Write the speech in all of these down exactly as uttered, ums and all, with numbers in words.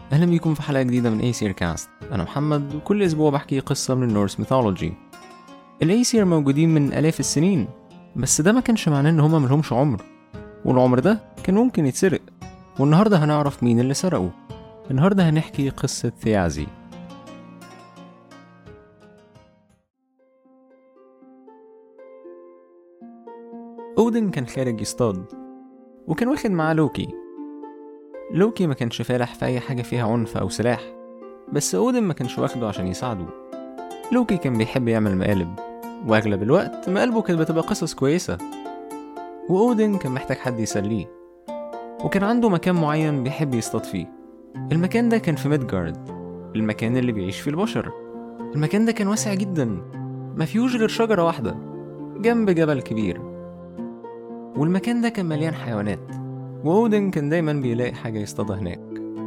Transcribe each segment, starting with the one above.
أهلا بيكم في حلقة جديدة من أيسير كاست. أنا محمد، وكل أسبوع بحكي قصة من النورس ميثولوجي. الأيسير موجودين من آلاف السنين، بس ده ما كانش معناه إن هما ملهمش عمر، والعمر ده كان ممكن يتسرق. والنهاردة هنعرف مين اللي سرقه. النهاردة هنحكي قصة ثيازي. أودن كان خارج يصطاد، وكان واخد معاه لوكي. لوكي ما كانش فالح في أي حاجة فيها عنف أو سلاح، بس أودن ما كانش واخده عشان يساعده. لوكي كان بيحب يعمل مقالب، وأغلب الوقت مقالبه كانت بتبقى قصص كويسة، وأودن كان محتاج حد يسليه. وكان عنده مكان معين بيحب يصطاد فيه. المكان ده كان في ميدجارد، المكان اللي بيعيش فيه البشر. المكان ده كان واسع جدا، ما فيهوش غير شجرة واحدة جنب جبل كبير، والمكان ده كان مليان حيوانات، وأودن كان دايما بيلاقي حاجة يصطادها هناك.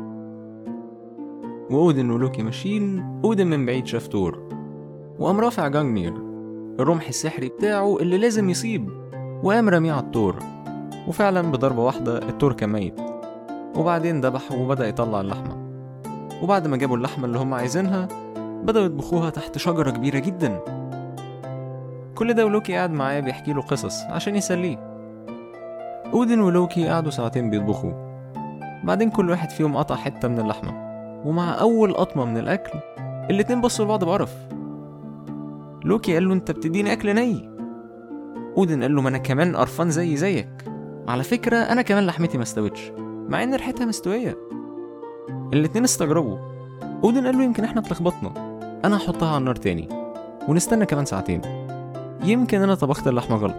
وأودن ولوكي ماشيين، أودن من بعيد شاف تور، وقام رافع جانجنير الرمح السحري بتاعه اللي لازم يصيب، وقام رميه على التور. وفعلا بضربة واحدة التور كان ميت، وبعدين ذبحه وبدأ يطلع اللحمة. وبعد ما جابوا اللحمة اللي هم عايزينها، بدأوا يطبخوها تحت شجرة كبيرة جدا. كل ده ولوكي قاعد معاه بيحكي له قصص عشان يسليه. أودن ولوكي قعدوا ساعتين بيطبخوا، بعدين كل واحد فيهم قطع حتة من اللحمة، ومع أول قطمة من الأكل الاتنين بصوا لبعض بقرف. لوكي قال له انت بتديني أكل ني. أودن قال له ما أنا كمان قرفان زي زيك، على فكرة أنا كمان لحمتي ما استوتش مع إن ريحتها مستوية. الاتنين استغربوا. أودن قال له يمكن احنا اتلخبطنا، أنا هحطها على النار تاني ونستنى كمان ساعتين، يمكن أنا طبخت اللحمة غلط.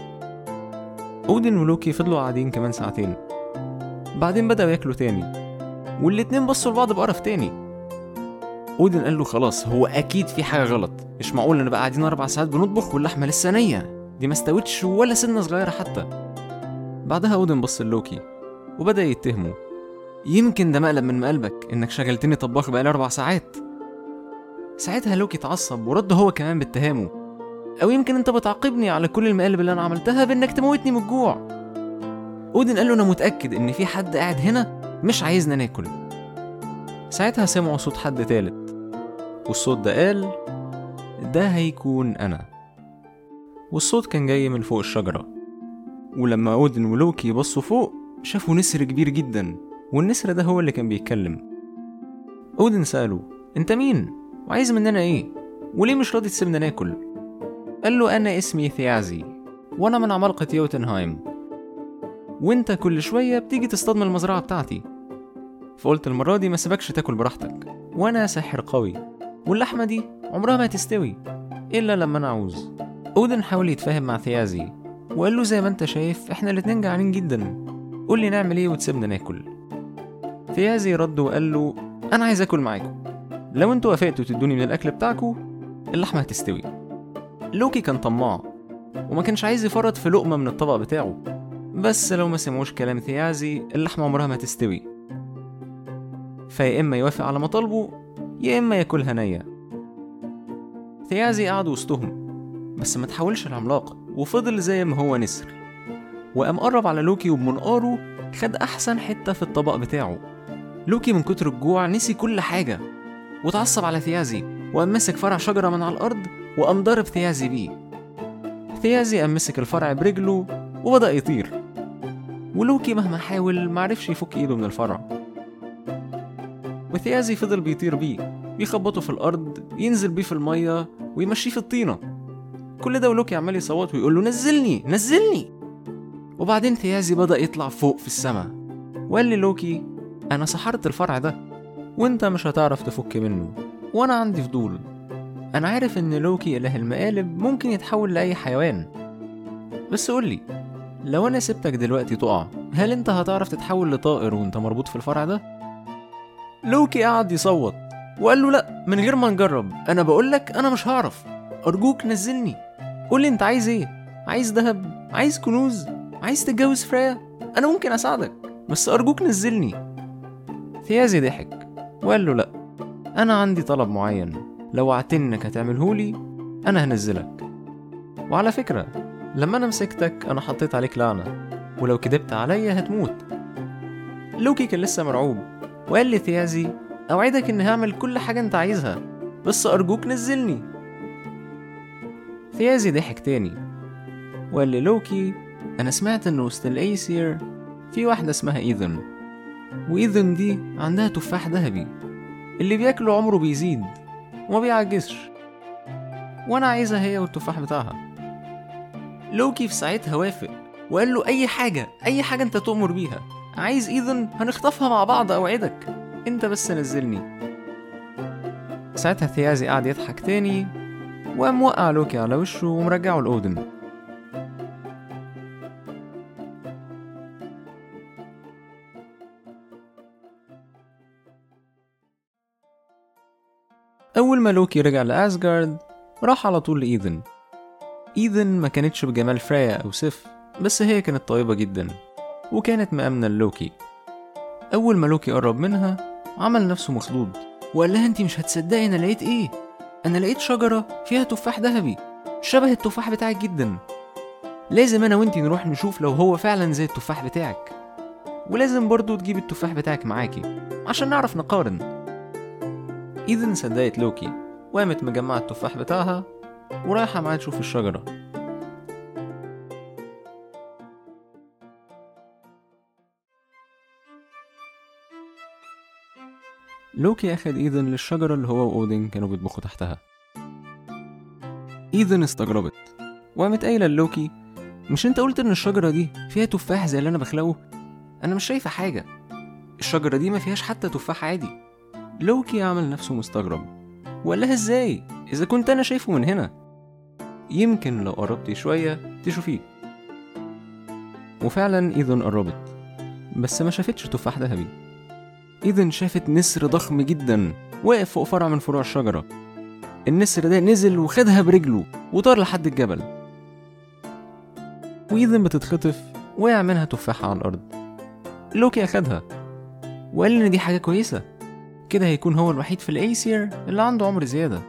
أودن ولوكي فضلوا قاعدين كمان ساعتين، بعدين بدأوا ياكلوا تاني، والاتنين بصوا لبعض بقرف تاني. أودن قال له خلاص، هو أكيد في حاجة غلط، مش معقول نبقى قاعدين أربع ساعات بنطبخ واللحمة لسه نية، دي ما استوتش ولا سنة صغيرة حتى. بعدها أودن بص لوكي وبدأ يتهمه، يمكن ده مقلب من مقلبك إنك شغلتني طباخ بقالي أربع ساعات. ساعتها لوكي اتعصب ورد هو كمان باتهامه، أو يمكن أنت بتعاقبني على كل المقالب اللي أنا عملتها بإنك تموتني من الجوع. أودن قال له أنا متأكد إن في حد قاعد هنا مش عايزنا ناكل. ساعتها سمعوا صوت حد تالت، والصوت ده قال ده هيكون أنا. والصوت كان جاي من فوق الشجرة، ولما أودن ولوكي بصوا فوق شافوا نسر كبير جدا، والنسر ده هو اللي كان بيتكلم. أودن سأله أنت مين؟ وعايز مننا إيه؟ وليه مش راضي تسيبنا ناكل؟ قال له أنا اسمي ثيازي، وأنا من عمالقة يوتنهايم، وانت كل شوية بتيجي تصطاد من المزرعة بتاعتي، فقلت المرة دي ما سيبكش تاكل براحتك، وانا ساحر قوي، واللحمة دي عمرها ما تستوي إلا لما أنا عاوز. أودن حاول يتفاهم مع ثيازي وقال له زي ما انت شايف احنا الاتنين جعانين جدا، قول لي نعمل ايه وتسيبنا ناكل. ثيازي رد وقال له انا عايز اكل معاكم، لو انتوا وافقتوا تدوني من الاكل بتاعكم اللحمة هتستوي. لوكي كان طماع وما كانش عايز يفرط في لقمة من الطبق بتاعه، بس لو ما سمعوش كلام ثيازي اللحمة عمرها ما تستوي، فيا إما يوافق على مطالبه يا إما ياكلها نية. ثيازي قعد وسطهم بس ما تحولش العملاق، وفضل زي ما هو نسر، وقام قرب على لوكي وبمنقاره خد أحسن حتة في الطبق بتاعه. لوكي من كتر الجوع نسي كل حاجة وتعصب على ثيازي، وقام مسك فرع شجرة من على الأرض وقام ضرب ثيازي بيه. ثيازي قام مسك الفرع برجله وبدأ يطير، ولوكي مهما حاول معرفش يفك ايده من الفرع، وثيازي فضل بيطير بيه، بيخبطه في الأرض، ينزل بيه في المية ويمشيه في الطينة. كل ده ولوكي عمال يصوت ويقول له نزلني نزلني. وبعدين ثيازي بدأ يطلع فوق في السماء، وقال لي لوكي أنا سحرت الفرع ده وانت مش هتعرف تفك منه، وانا عندي فضول. انا عارف ان لوكي إله المقالب ممكن يتحول لأي حيوان، بس قولي لو انا سبتك دلوقتي تقع، هل انت هتعرف تتحول لطائر وانت مربوط في الفرع ده؟ لوكي قعد يصوت وقال له لا، من غير ما نجرب، انا بقولك انا مش هعرف، ارجوك نزلني. قولي انت عايز ايه؟ عايز ذهب؟ عايز كنوز؟ عايز تتجوز فريا؟ انا ممكن اساعدك، بس ارجوك نزلني. ثيازي ضحك وقال له لا، انا عندي طلب معين، لو وعدتني انك هتعملهولي انا هنزلك، وعلى فكرة لما انا مسكتك انا حطيت عليك لعنة، ولو كدبت عليا هتموت. لوكي كان لسه مرعوب، وقال لثيازي أوعدك إني هعمل كل حاجة أنت عايزها، بس أرجوك نزلني. ثيازي ضحك تاني وقال للوكي أنا سمعت إن وسط الأيسير في واحدة اسمها إيذن، وإيذن دي عندها تفاح ذهبي اللي بياكله عمره بيزيد وما بيعجزش، وأنا عايزها هي والتفاح بتاعها. لوكي في ساعتها وافق وقال له أي حاجة أي حاجة أنت تؤمر بيها، عايز إيذن هنخطفها مع بعض أوعدك، أنت بس نزلني. ساعتها ثيازي قعد يضحك تاني وقام وقع لوكي على وشه ومرجعه لأودن. أول ما لوكي رجع لأسجارد راح على طول لإيذن. إيذن ما كانتش بجمال فريا أو سيف، بس هي كانت طيبة جدا وكانت مأمنة لوكي. أول ما لوكي قرب منها عمل نفسه مخضوض وقال لها أنتي مش هتصدقي أنا لقيت إيه، أنا لقيت شجرة فيها تفاح ذهبي شبه التفاح بتاعك جدا، لازم أنا وأنتي نروح نشوف لو هو فعلا زي التفاح بتاعك، ولازم برضو تجيب التفاح بتاعك معاكي عشان نعرف نقارن. إيذن صدقت لوكي وقامت مجمعة التفاح بتاعها ورايحة معاه تشوف الشجرة. لوكي أخد إيذن للشجرة اللي هو وأودين كانوا بيطبخوا تحتها. إيذن استغربت وقامت قايلة لوكي مش أنت قلت إن الشجرة دي فيها تفاح زي اللي أنا بخلقه؟ أنا مش شايفة حاجة، الشجرة دي ما فيهاش حتى تفاح عادي. لوكي عمل نفسه مستغرب وقال لها إزاي إذا كنت أنا شايفه من هنا؟ يمكن لو قربتي شوية تشوفيه. وفعلا إيذن قربت بس ما شافتش تفاح ذهبي. إيذن شافت نسر ضخم جدا واقف فوق فرع من فروع الشجرة. النسر ده نزل وخدها برجله وطار لحد الجبل، وإيذن بتتخطف وقع منها تفاحة على الأرض. لوكي أخدها وقال إن دي حاجة كويسة، كده هيكون هو الوحيد في الأيسير اللي عنده عمر زيادة.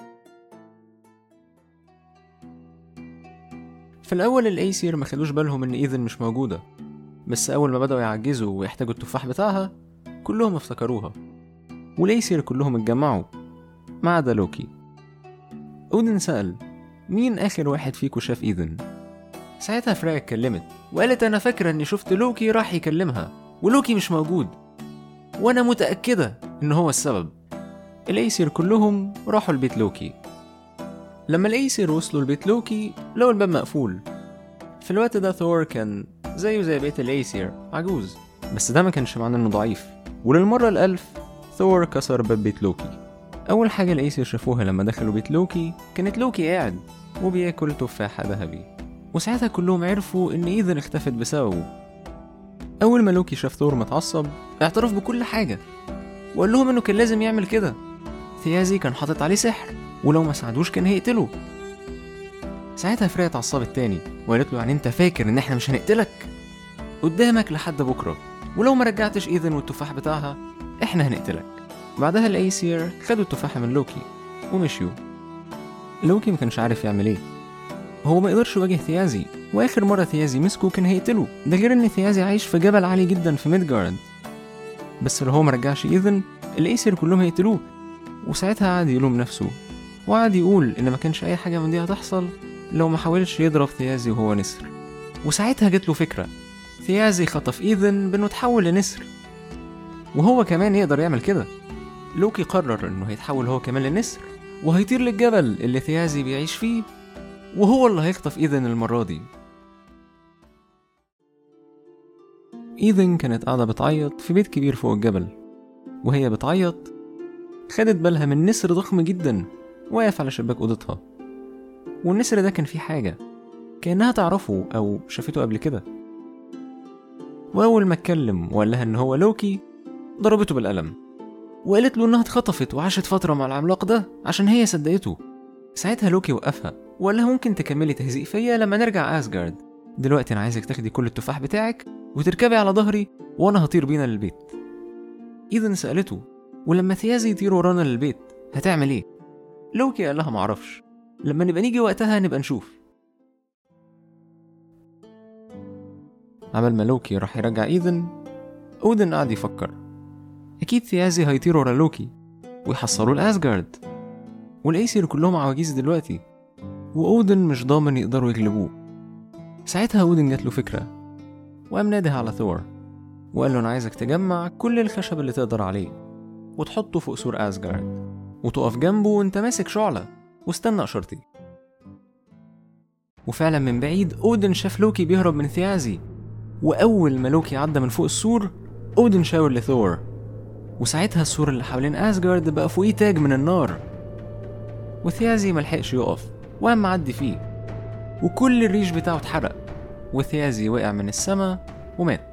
في الأول الأيسير ما خدوش بالهم إن إيذن مش موجودة، بس أول ما بدأوا يعجزوا ويحتاجوا التفاح بتاعها كلهم افتكروها، والأيسير كلهم اتجمعوا ما عدا لوكي. أودن سأل مين آخر واحد فيكو شاف إيذن؟ ساعتها فريا اتكلمت وقالت أنا فاكرة إني شفت لوكي راح يكلمها ولوكي مش موجود، وأنا متأكدة إن هو السبب. الأيسير كلهم راحوا لبيت لوكي. لما الأيسير وصلوا لبيت لوكي لقوا الباب مقفول. في الوقت ده ثور كان زيه زي بيت الأيسير عجوز، بس ده ما كانش معناه إنه ضعيف، وللمرة الألف ثور كسر باب بيت لوكي. أول حاجة الأيسير شافوها لما دخلوا بيت لوكي كانت لوكي قاعد وبياكل تفاحة ذهبي، وساعتها كلهم عرفوا إن إيذن اختفت بسببه. أول ما لوكي شاف ثور متعصب اعترف بكل حاجة وقال لهم إنه كان لازم يعمل كده، ثيازي كان حاطط عليه سحر ولو ما ساعدوش كان هيقتله. ساعتها فريا اتعصبت تاني وقالت له يعني انت فاكر ان احنا مش هنقتلك؟ قدامك لحد بكرة، ولو ما رجعتش إيذن والتفاح بتاعها احنا هنقتلك. بعدها الأيسير خدوا التفاحة من لوكي ومشيوا. لوكي ما كانش عارف يعمل ايه، هو ما يقدرش يواجه ثيازي، واخر مرة ثيازي مسكه كان هيقتله، ده غير ان ثيازي عايش في جبل عالي جدا في ميدجارد. بس لو هو ما رجعش إيذن الأيسير كلهم هيقتلوه. وساعتها قعد يلوم نفسه وقعد يقول ان ما كانش اي حاجة من دي هتحصل لو ما حاولش يضرب ثيازي وهو نسر. وساعتها جت له فكرة، ثيازي خطف إيذن بانه تحول لنسر وهو كمان يقدر يعمل كده. لوكي قرر انه هيتحول هو كمان لنسر وهيطير للجبل اللي ثيازي بيعيش فيه، وهو اللي هيخطف إيذن المرة دي. إيذن كانت قاعدة بتعيط في بيت كبير فوق الجبل، وهي بتعيط خدت بالها من نسر ضخم جدا واقف على شباك أوضتها، والنسر ده كان فيه حاجة كأنها تعرفه أو شافته قبل كده. وأول ما اتكلم وقال لها إن هو لوكي ضربته بالقلم وقالت له إنها اتخطفت وعاشت فترة مع العملاق ده عشان هي صدقته. ساعتها لوكي وقفها وقال لها ممكن تكملي تهزيق فيا لما نرجع أسجارد، دلوقتي أنا عايزك تاخدي كل التفاح بتاعك وتركبي على ظهري وأنا هطير بينا للبيت. إيذن سألته ولما ثيازي يطير ورانا للبيت هتعمل إيه؟ لوكي قال لها معرفش، لما نبقى نيجي وقتها نبقى نشوف. عمل ما لوكي راح يرجع إيذن، أودن قعد يفكر أكيد ثيازي هيطيروا ورا لوكي ويحصلوا الأسجارد، والأيسير كلهم عواجيز دلوقتي، وأودن مش ضامن يقدروا يغلبوه. ساعتها أودن جات له فكرة، وقام ناده على ثور وقال له أنا عايزك تجمع كل الخشب اللي تقدر عليه وتحطه فوق سور أسجارد، وتقف جنبه وانت ماسك شعلة واستنى إشارتي. وفعلا من بعيد أودن شاف لوكي بيهرب من ثيازي، وأول ما لوكي عدى من فوق السور أودن شاور لثور، وساعتها السور اللي حوالين أسجارد بقى فوقيه تاج من النار، وثيازي ملحقش يقف وقام معدي فيه، وكل الريش بتاعه اتحرق، وثيازي وقع من السما ومات.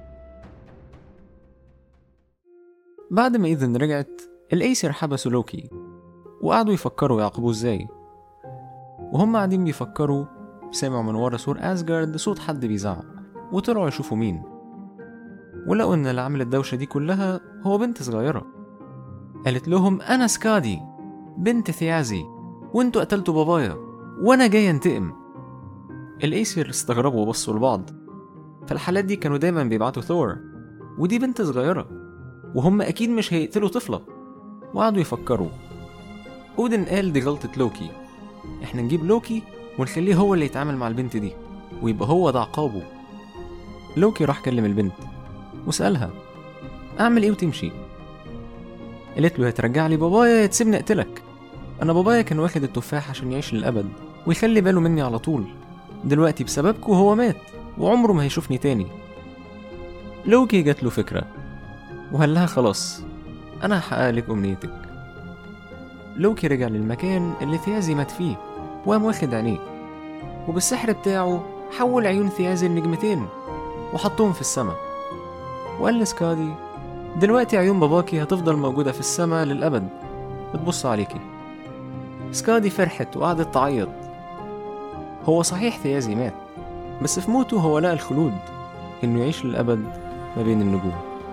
بعد ما إيذن رجعت الأيسر حبسوا لوكي وقعدوا يفكروا يعاقبوه ازاي، وهم قاعدين بيفكروا سمعوا من ورا سور أسجارد صوت حد بيزعق، وطلعوا يشوفوا مين، ولقوا ان اللي عمل الدوشة دي كلها هو بنت صغيرة. قالت لهم أنا سكادي بنت ثيازي، وانتوا قتلتوا بابايا وانا جاي انتقم. الأيسر استغربوا وبصوا لبعض، في الحالات دي كانوا دايما بيبعتوا ثور، ودي بنت صغيرة وهم أكيد مش هيقتلوا طفلة. وقعدوا يفكروا. أودن قال دي غلطة لوكي، احنا نجيب لوكي ونخليه هو اللي يتعامل مع البنت دي ويبقى هو ده عقابه. لوكي راح كلم البنت وسألها أعمل إيه وتمشي؟ قالت له هترجع لي بابايا يا تسيبني أقتلك، أنا بابايا كان واخد التفاح عشان يعيش للأبد ويخلي باله مني على طول، دلوقتي بسببكوا هو مات وعمره ما هيشوفني تاني. لوكي جات له فكرة وقال لها خلاص أنا هحقق لك أمنيتك. لوكي رجع للمكان اللي ثيازي مات فيه وقام واخد عينيه، وبالسحر بتاعه حول عيون ثيازي النجمتين وحطهم في السماء، وقال لسكادي دلوقتي عيون باباكي هتفضل موجودة في السماء للأبد بتبص عليكي. سكادي فرحت وقعدت تعيط. هو صحيح ثيازي مات، بس في موته هو لقى الخلود، إنه يعيش للأبد ما بين النجوم.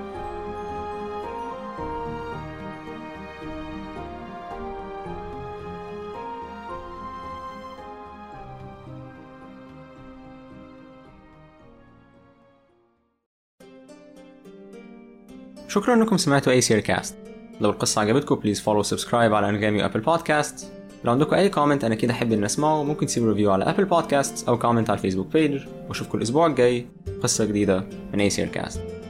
شكرا انكم سمعتوا اي سير كاست. لو القصة عجبتكم بليز فولو سبسكرايب على انغامي وابل بودكاست. لو عندكم اي كومنت انا كده احب ان اسمعه ممكن تسيبوا ريفيو على ابل بودكاست او كومنت على الفيسبوك بيج. واشوفكم الاسبوع الجاي قصة جديدة من اي سير كاست.